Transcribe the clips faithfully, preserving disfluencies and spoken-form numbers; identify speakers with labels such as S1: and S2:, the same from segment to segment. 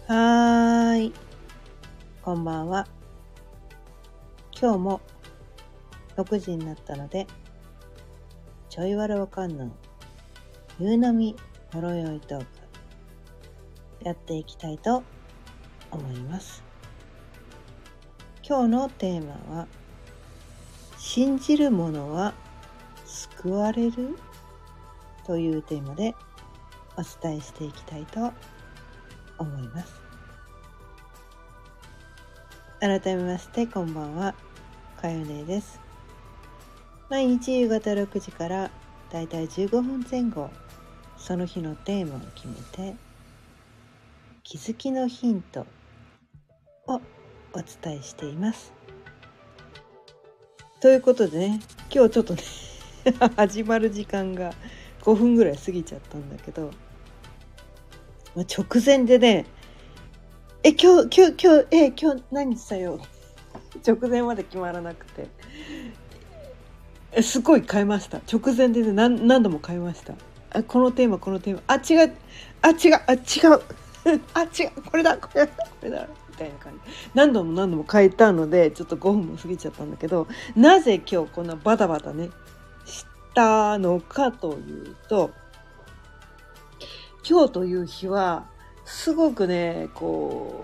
S1: はーい、こんばんは。今日もろくじになったので、ちょいわらわかんの夕飲みほろよいトークやっていきたいと思います。今日のテーマは、信じる者は救われるというテーマでお伝えしていきたいと思います。改めましてこんばんは、かよねです。毎日夕方ろくじからだいたいじゅうごふんぜん後、その日のテーマを決めて気づきのヒントをお伝えしています。ということでね、今日ちょっとね始まる時間がごふんぐらい過ぎちゃったんだけど、直前でね、え今日今日今日え今日何したよ直前まで決まらなくて、えすごい変えました。直前でね、何何度も変えました。あこのテーマこのテーマあ違うあ違うあ違うあ違うこれだこれだこれだみたいな感じ、何度も何度も変えたのでちょっとごふんも過ぎちゃったんだけど、なぜ今日こんなバタバタねしたのかというと、今日という日はすごくねこ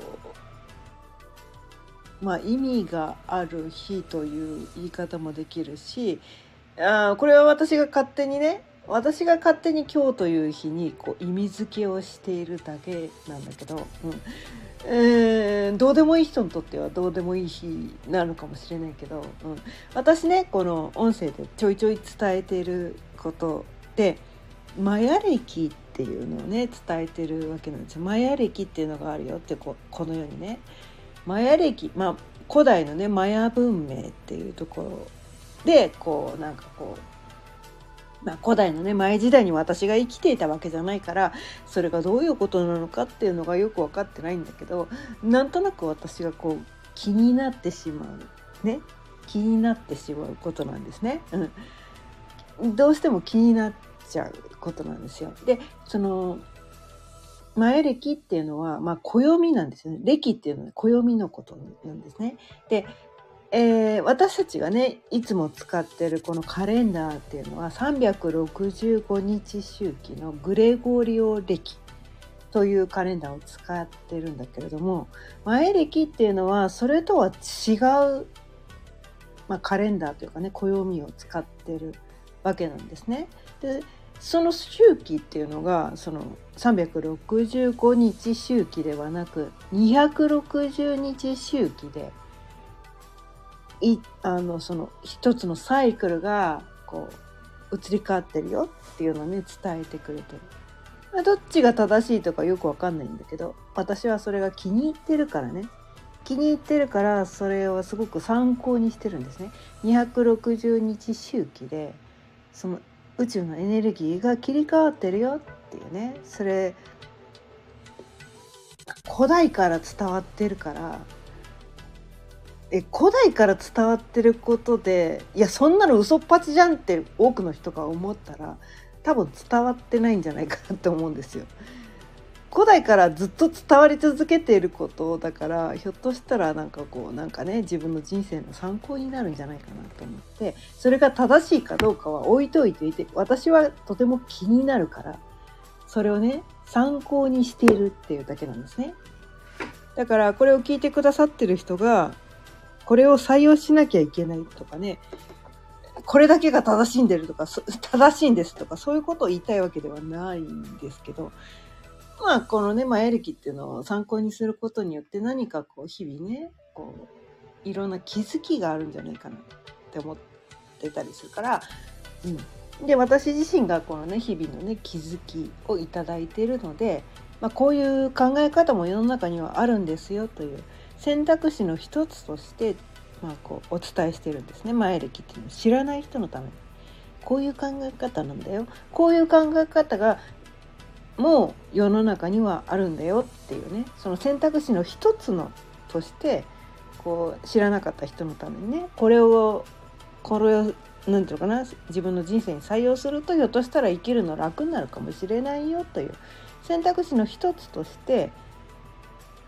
S1: うまあ意味がある日という言い方もできるし、あこれは私が勝手にね私が勝手に今日という日にこう意味付けをしているだけなんだけど、うんえー、どうでもいい人にとってはどうでもいい日なのかもしれないけど、うん、私ねこの音声でちょいちょい伝えていることでマヤ暦っていうのをね伝えてるわけなんですよ。マヤ暦っていうのがあるよってここの世にね、マヤ暦、まあ古代のねマヤ文明っていうところでこうなんかこう、まあ、古代のね前時代に私が生きていたわけじゃないから、それがどういうことなのかっていうのがよく分かってないんだけど、なんとなく私がこう気になってしまうね気になってしまうことなんですね、うん、どうしても気になっちゃうことなんですよ。でそのマヤ暦っていうのは、まあ、暦なんですよね。暦っていうのは暦のことなんですね。でえー、私たちがねいつも使ってるこのカレンダーっていうのはさんびゃくろくじゅうごにち周期のグレゴリオ暦というカレンダーを使ってるんだけれども、マヤ暦っていうのはそれとは違う、まあ、カレンダーというかね暦を使ってるわけなんですね。でその周期っていうのがそのさんびゃくろくじゅうごにち周期ではなくにひゃくろくじゅうにち周期でいあのその一つのサイクルがこう移り変わってるよっていうのをね伝えてくれてる、まあ、どっちが正しいとかよくわかんないんだけど、私はそれが気に入ってるからね気に入ってるからそれをすごく参考にしてるんですね。にひゃくろくじゅうにち周期でその宇宙のエネルギーが切り替わってるよっていうね、それ古代から伝わってるから、え古代から伝わってることでいやそんなの嘘っぱちじゃんって多くの人が思ったら多分伝わってないんじゃないかなって思うんですよ。古代からずっと伝わり続けていることだから、ひょっとしたらなんかこうなんかね自分の人生の参考になるんじゃないかなと思って、それが正しいかどうかは置いといていて、私はとても気になるからそれをね参考にしているっていうだけなんですね。だからこれを聞いてくださってる人がこれを採用しなきゃいけないとかね、これだけが正しいんでるとか正しいんですとかそういうことを言いたいわけではないんですけど、まあこのねマヤ暦っていうのを参考にすることによって何かこう日々ねこういろんな気づきがあるんじゃないかなって思ってたりするから、うん、で私自身がこのね日々のね気づきをいただいているので、まあ、こういう考え方も世の中にはあるんですよという選択肢の一つとして、まあ、こうお伝えしてるんですね。マヤ暦っていうのを知らない人のためにこういう考え方なんだよ、こういう考え方がもう世の中にはあるんだよっていうね、その選択肢の一つのとしてこう知らなかった人のためにねこれをこれをなんていうのかな自分の人生に採用するとひょっとしたら生きるの楽になるかもしれないよという選択肢の一つとして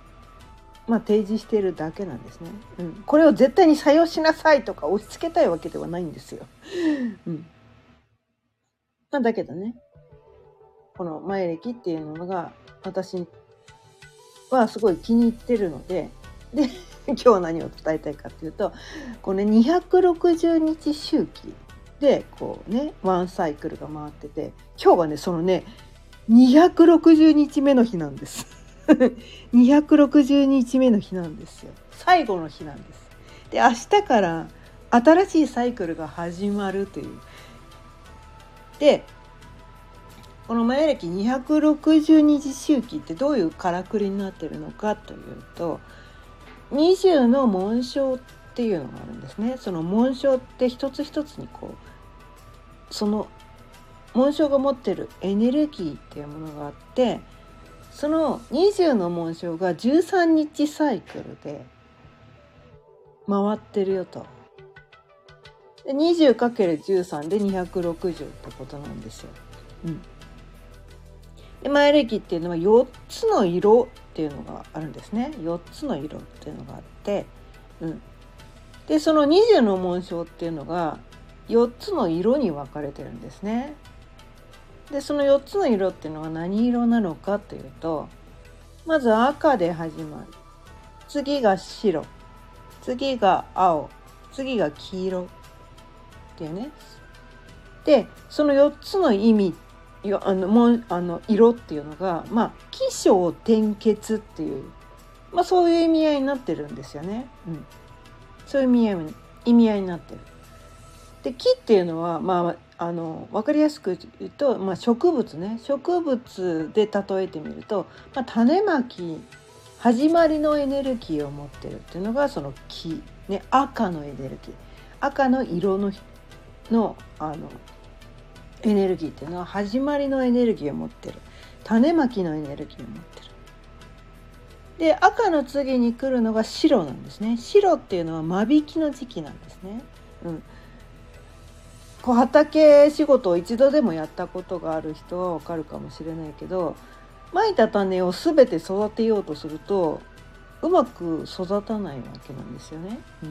S1: まあ、提示しているだけなんですね、うん、これを絶対に採用しなさいとか押し付けたいわけではないんですよ、うんまあ、だけどねこの前歴っていうのが私はすごい気に入ってるのでで今日は何を伝えたいかっていうとこの、ね、にひゃくろくじゅうにち周期でこうねワンサイクルが回ってて今日はねそのねにひゃくろくじゅうにちめの日なんですにひゃくろくじゅうにちめの日なんですよ。最後の日なんです。で明日から新しいサイクルが始まるという。でこのマヤ暦にひゃくろくじゅうにち周期ってどういうからくりになってるのかというとにじゅうの紋章っていうのがあるんですね。その紋章って一つ一つにこうその紋章が持ってるエネルギーっていうものがあってそのにじゅうの紋章がじゅうさんにちサイクルで回ってるよと。で にじゅうかけるじゅうさん でにひゃくろくじゅうってことなんですよ。うん、でマヤ暦っていうのはよっつの色っていうのがあるんですね。よっつの色っていうのがあって、うん、でそのにじゅうの紋章っていうのがよっつの色に分かれてるんですね。でそのよっつの色っていうのは何色なのかというとまず赤で始まる次が白次が青次が黄色っていうねでそのよっつの意味あのもあの色っていうのがまあ起承転結っていう、まあ、そういう意味合いになってるんですよね、うん、そういう意味合い意味合いになってる。で木っていうのはまああの分かりやすく言うと、まあ、植物ね植物で例えてみると、まあ、種まき始まりのエネルギーを持ってるっていうのがその木、ね、赤のエネルギー赤の色ののあのエネルギーっていうのは始まりのエネルギーを持ってる種まきのエネルギーを持ってる。で赤の次に来るのが白なんですね。白っていうのは間引きの時期なんですね、うん、こう畑仕事を一度でもやったことがある人はわかるかもしれないけどまいた種を全て育てようとするとうまく育たないわけなんですよね、うん、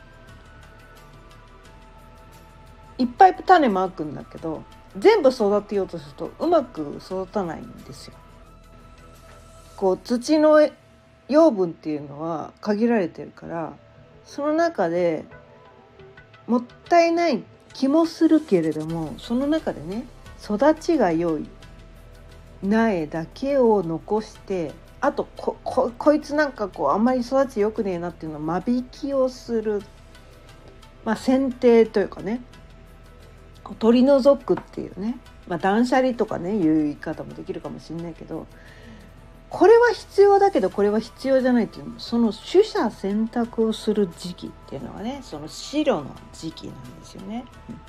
S1: いっぱい種まくんだけど全部育てようとするとうまく育たないんですよ。こう土の養分っていうのは限られてるからその中でもったいない気もするけれどもその中でね育ちが良い苗だけを残してあと こ, こ, こいつなんかこうあんまり育ち良くねえなっていうのを間引きをする、まあ、剪定というかね取り除くっていうね、まあ、断捨離とかねいう言い方もできるかもしれないけどこれは必要だけどこれは必要じゃないっていうその取捨選択をする時期っていうのがねその白の時期なんですよね。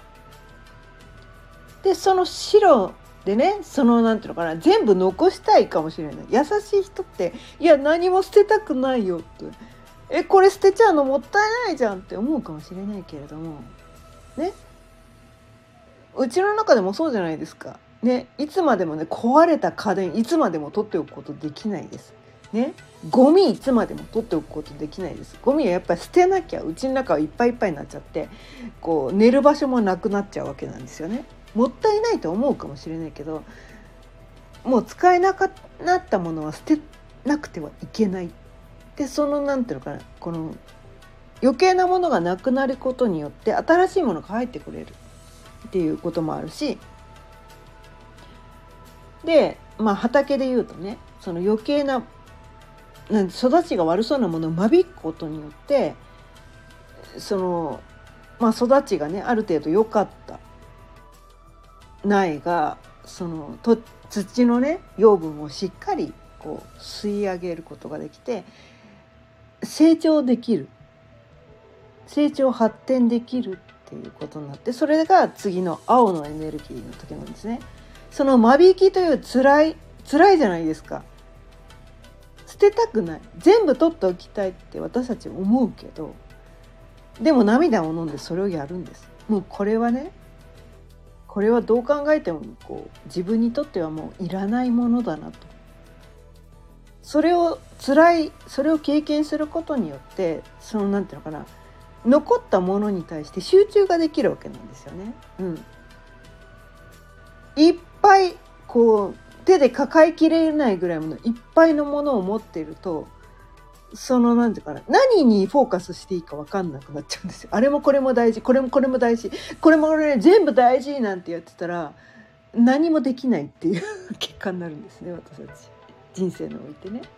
S1: でその白でねそのなんていうのかな全部残したいかもしれない優しい人っていや何も捨てたくないよってえこれ捨てちゃうのもったいないじゃんって思うかもしれないけれどもねうちの中でもそうじゃないですか。ね、いつまでもね壊れた家電いつまでも取っておくことできないです。ね、ゴミいつまでも取っておくことできないです。ゴミはやっぱり捨てなきゃうちの中はいっぱいいっぱいになっちゃってこう寝る場所もなくなっちゃうわけなんですよね。もったいないと思うかもしれないけどもう使えなくなったものは捨てなくてはいけない。でそのなんていうのかなこの余計なものがなくなることによって新しいものが入ってくれるっていうこともあるしで、まあ、畑でいうとねその余計な育ちが悪そうなものを間引くことによってその、まあ、育ちがねある程度良かった苗がそのと土のね養分をしっかりこう吸い上げることができて成長できる成長発展できるっていうことになってそれが次の青のエネルギーの時なんですね。その間引きという辛い辛いじゃないですか。捨てたくない全部取っておきたいって私たち思うけどでも涙を飲んでそれをやるんです。もうこれはねこれはどう考えてもこう自分にとってはもういらないものだなとそれを辛いそれを経験することによってそのなんていうのかな残ったものに対して集中ができるわけなんですよね。うん、いっぱいこう手で抱えきれないぐらいのいっぱいのものを持っているとそのなんていうかな何にフォーカスしていいか分かんなくなっちゃうんですよ。あれもこれも大事これもこれも大事これもこれ、ね、全部大事なんてやってたら何もできないっていう結果になるんですね。私たち人生においてね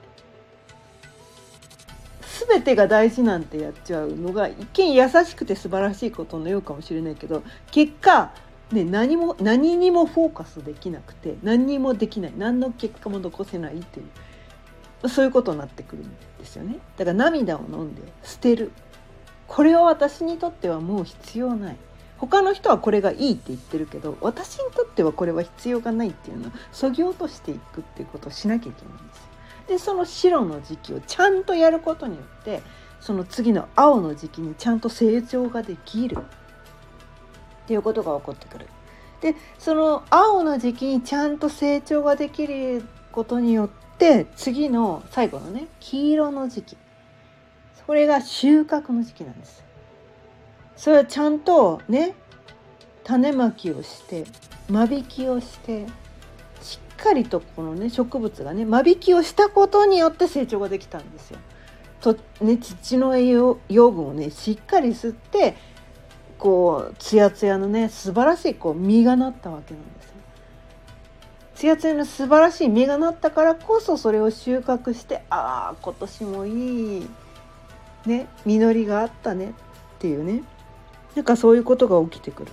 S1: 全てが大事なんてやっちゃうのが一見優しくて素晴らしいことのようかもしれないけど結果、ね、何も何にもフォーカスできなくて何にもできない何の結果も残せないっていうそういうことになってくるんですよね。だから涙を飲んで捨てるこれは私にとってはもう必要ない他の人はこれがいいって言ってるけど私にとってはこれは必要がないっていうのをそぎ落としていくっていうことをしなきゃいけないんですよ。でその白の時期をちゃんとやることによってその次の青の時期にちゃんと成長ができるっていうことが起こってくる。でその青の時期にちゃんと成長ができることによって次の最後のね黄色の時期これが収穫の時期なんです。それはちゃんとね種まきをして間引きをしてしっかりとこのね植物がね間引きをしたことによって成長ができたんですよ。とね土の栄養養分をねしっかり吸ってこうツヤツヤのね素晴らしいこう実がなったわけなんですよ。ツヤツヤの素晴らしい実がなったからこそそれを収穫してああ今年もいいね実りがあったねっていうねなんかそういうことが起きてくる。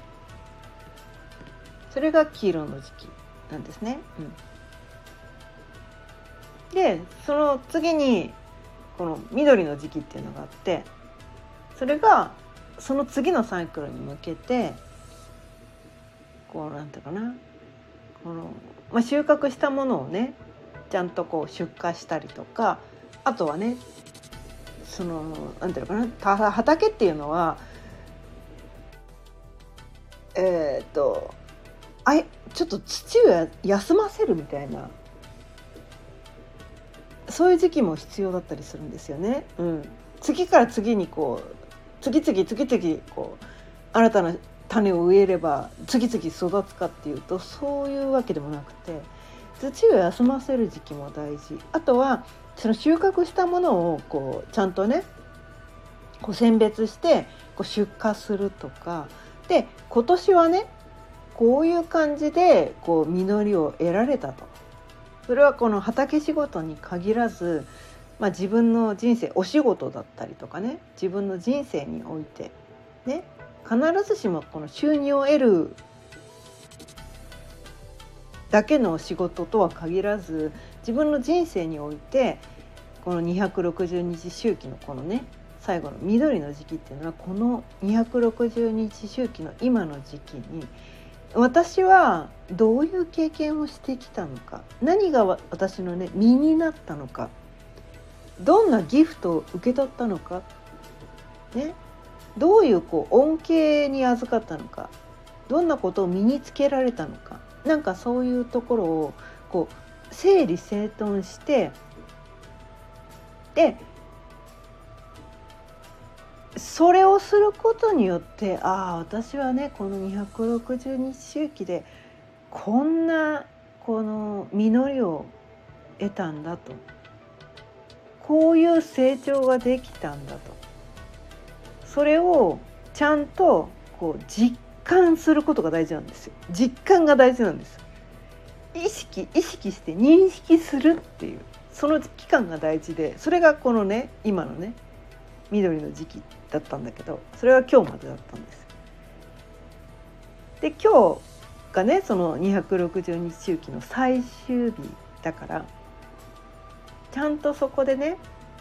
S1: それが黄色の時期なんですね。うん、でその次にこの緑の時期っていうのがあってそれがその次のサイクルに向けてこうなんていうかなこの、まあ、収穫したものをねちゃんとこう出荷したりとかあとはねそのなんていうのかな畑っていうのはえー、っとあいちょっと土を休ませるみたいなそういう時期も必要だったりするんですよね。うん、次から次にこう次々次々こう新たな種を植えれば次々育つかっていうとそういうわけでもなくて土を休ませる時期も大事。あとはその収穫したものをこうちゃんとねこう選別してこう出荷するとかで今年はねこういう感じでこう実りを得られたと。それはこの畑仕事に限らず、まあ、自分の人生お仕事だったりとかね自分の人生においてね必ずしもこの収入を得るだけの仕事とは限らず自分の人生においてこのにひゃくろくじゅうにち周期のこのね最後の緑の時期っていうのはこのにひゃくろくじゅうにち周期の今の時期に私はどういう経験をしてきたのか何が私のね身になったのかどんなギフトを受け取ったのか、ね、どういうこう恩恵に預かったのかどんなことを身につけられたのかなんかそういうところをこう整理整頓してでそれをすることによってああ私はねこのにひゃくろくじゅうにち周期でこんなこの実りを得たんだとこういう成長ができたんだとそれをちゃんとこう実感することが大事なんですよ。実感が大事なんです。意識意識して認識するっていうその期間が大事でそれがこのね今のね緑の時期だったんだけどそれは今日までだったんです。で今日がねそのにひゃくろくじゅうにち周期の最終日だからちゃんとそこでね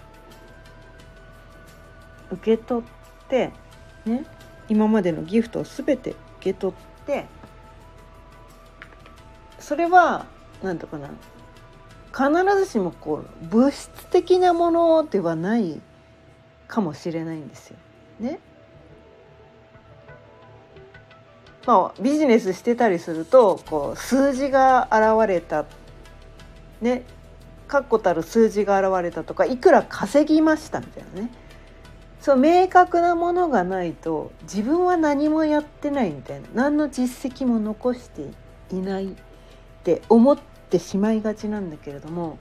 S1: 受け取ってね今までのギフトを全て受け取ってそれは何とかな必ずしもこう物質的なものではないかもしれないんですよね。まあビジネスしてたりするとこう数字が現れたね確固たる数字が現れたとか、いくら稼ぎましたみたいなね、そう明確なものがないと自分は何もやってないみたいな、何の実績も残していないって思ってしまいがちなんだけれども、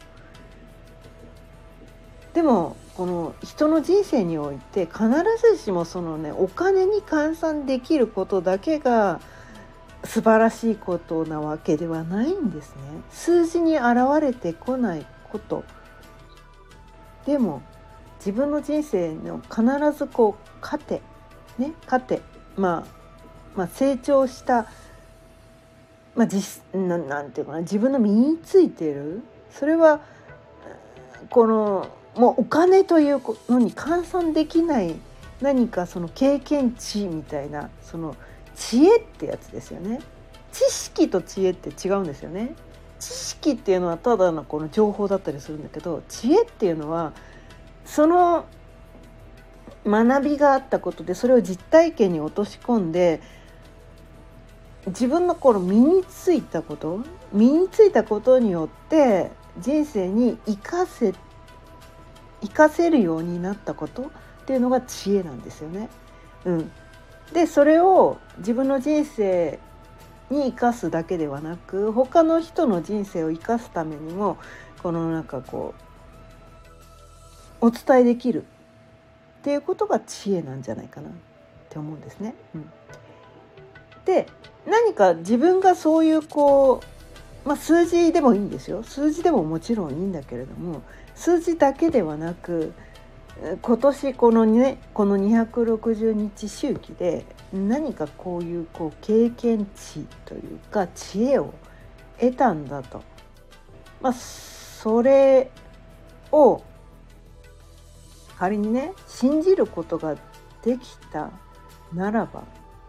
S1: でもこの人の人生において必ずしもそのね、お金に換算できることだけが素晴らしいことなわけではないんですね。数字に現れてこないことでも自分の人生の必ずこう糧ね、糧、まあ、まあ成長した、まあ、実ななんていうかな、自分の身についている、それはこのもうお金というのに換算できない何かその経験値みたいな、その知恵ってやつですよね。知識と知恵って違うんですよね。知識っていうのはただのこの情報だったりするんだけど、知恵っていうのはその学びがあったことでそれを実体験に落とし込んで、自分のこの身についたこと身についたことによって人生に生かせ生かせるようになったことっていうのが知恵なんですよね。うん、でそれを自分の人生に生かすだけではなく、他の人の人生を生かすためにもこのなんかこうお伝えできるっていうことが知恵なんじゃないかなって思うんですね。うん、で何か自分がそういうこう、まあ、数字でもいいんですよ。数字でももちろんいいんだけれども、数字だけではなく、今年このねこのにひゃくろくじゅうにち周期で何かこういうこう経験値というか知恵を得たんだと、まあそれを仮にね信じることができたならば、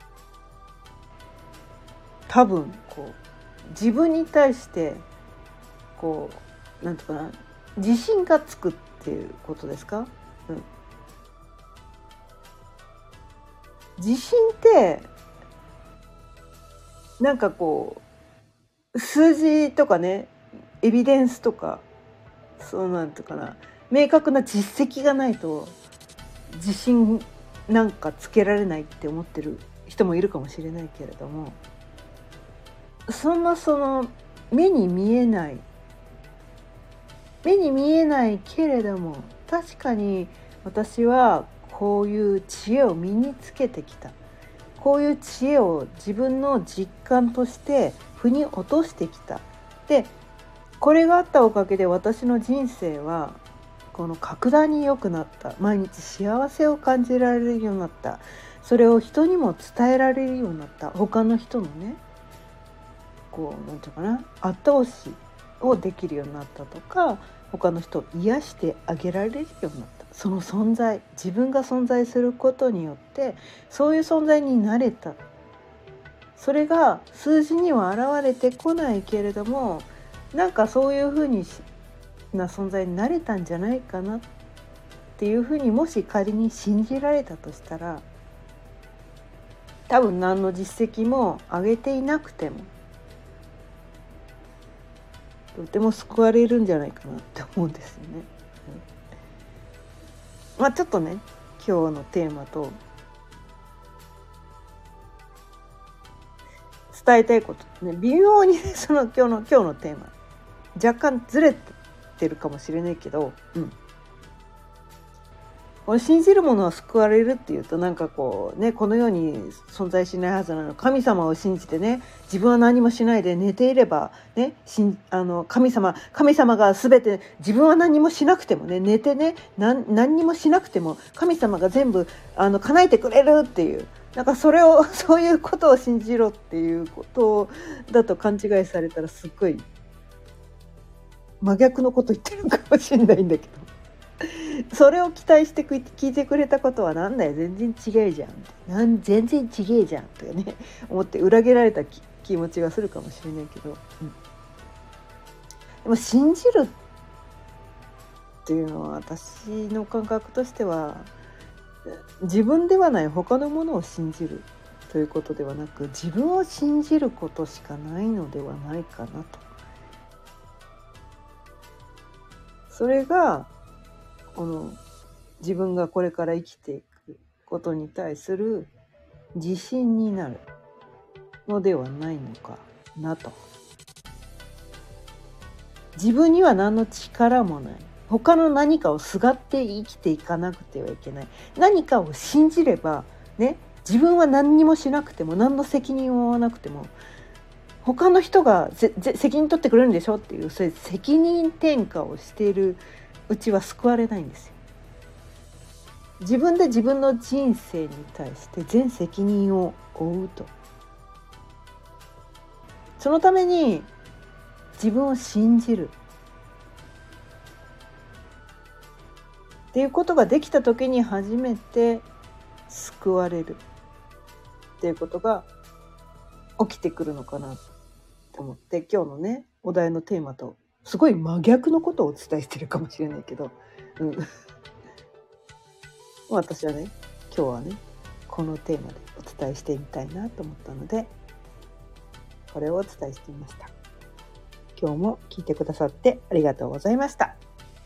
S1: 多分こう自分に対してこうなんていうかな、自信がつくっていうことですか。うん、自信ってなんかこう数字とかね、エビデンスとか、そうなんていうかな、明確な実績がないと自信なんかつけられないって思ってる人もいるかもしれないけれども、そんなその目に見えない目に見えないけれども、確かに私はこういう知恵を身につけてきた、こういう知恵を自分の実感として腑に落としてきた。でこれがあったおかげで私の人生はこの格段に良くなった。毎日幸せを感じられるようになった。それを人にも伝えられるようになった。他の人のねこうなんていうかな、後押しをできるようになったとか、他の人を癒してあげられるようになった。その存在、自分が存在することによってそういう存在になれた。それが数字には現れてこないけれども、なんかそういうふうにな存在になれたんじゃないかなっていうふうにもし仮に信じられたとしたら、多分何の実績も上げていなくてもとても救われるんじゃないかなって思うんですよね。うん、まあちょっとね今日のテーマと伝えたいことね、微妙に、ね、その今日の今日のテーマ若干ずれてるかもしれないけど、うん、これ信じるものは救われるっていうとなんかこうね、この世に存在しないはずなの神様を信じてね、自分は何もしないで寝ていればね、しあの神様神様が全て、自分は何もしなくてもね、寝てね何何にもしなくても神様が全部あの叶えてくれるっていう、なんかそれをそういうことを信じろっていうことだと勘違いされたらすっごい真逆のこと言ってるかもしれないんだけど、それを期待して聞いてくれたことはなんだよ全然違えじゃんなん全然違えじゃんとかね思って裏切られた気持ちがするかもしれないけど、うん、でも信じるっていうのは私の感覚としては自分ではない他のものを信じるということではなく、自分を信じることしかないのではないかなとそれがこの自分がこれから生きていくことに対する自信になるのではないのかなと。自分には何の力もない。他の何かをすがって生きていかなくてはいけない。何かを信じればね、自分は何にもしなくても何の責任を負わなくても他の人がぜぜ責任取ってくれるんでしょっていうそういう責任転嫁をしているうちは救われないんですよ。自分で自分の人生に対して全責任を負うと。そのために自分を信じるっていうことができた時に初めて救われるっていうことが起きてくるのかなと思って、今日のねお題のテーマとすごい真逆のことをお伝えしてるかもしれないけど、うん、私はね今日はねこのテーマでお伝えしてみたいなと思ったのでこれをお伝えしてみました。今日も聞いてくださってありがとうございました。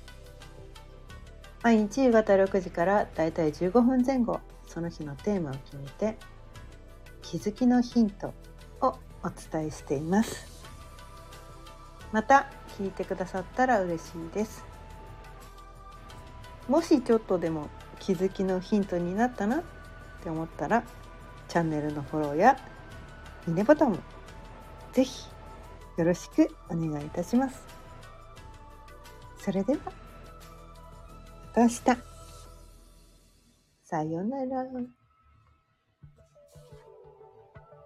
S1: 毎日夕方ろくじからだいたいじゅうごふんぜん後、その日のテーマを決めて気づきのヒントをお伝えしています。また聞いてくださったら嬉しいです。もしちょっとでも気づきのヒントになったなって思ったらチャンネルのフォローやいいねボタンをぜひよろしくお願いいたします。それではまた明日。さようなら。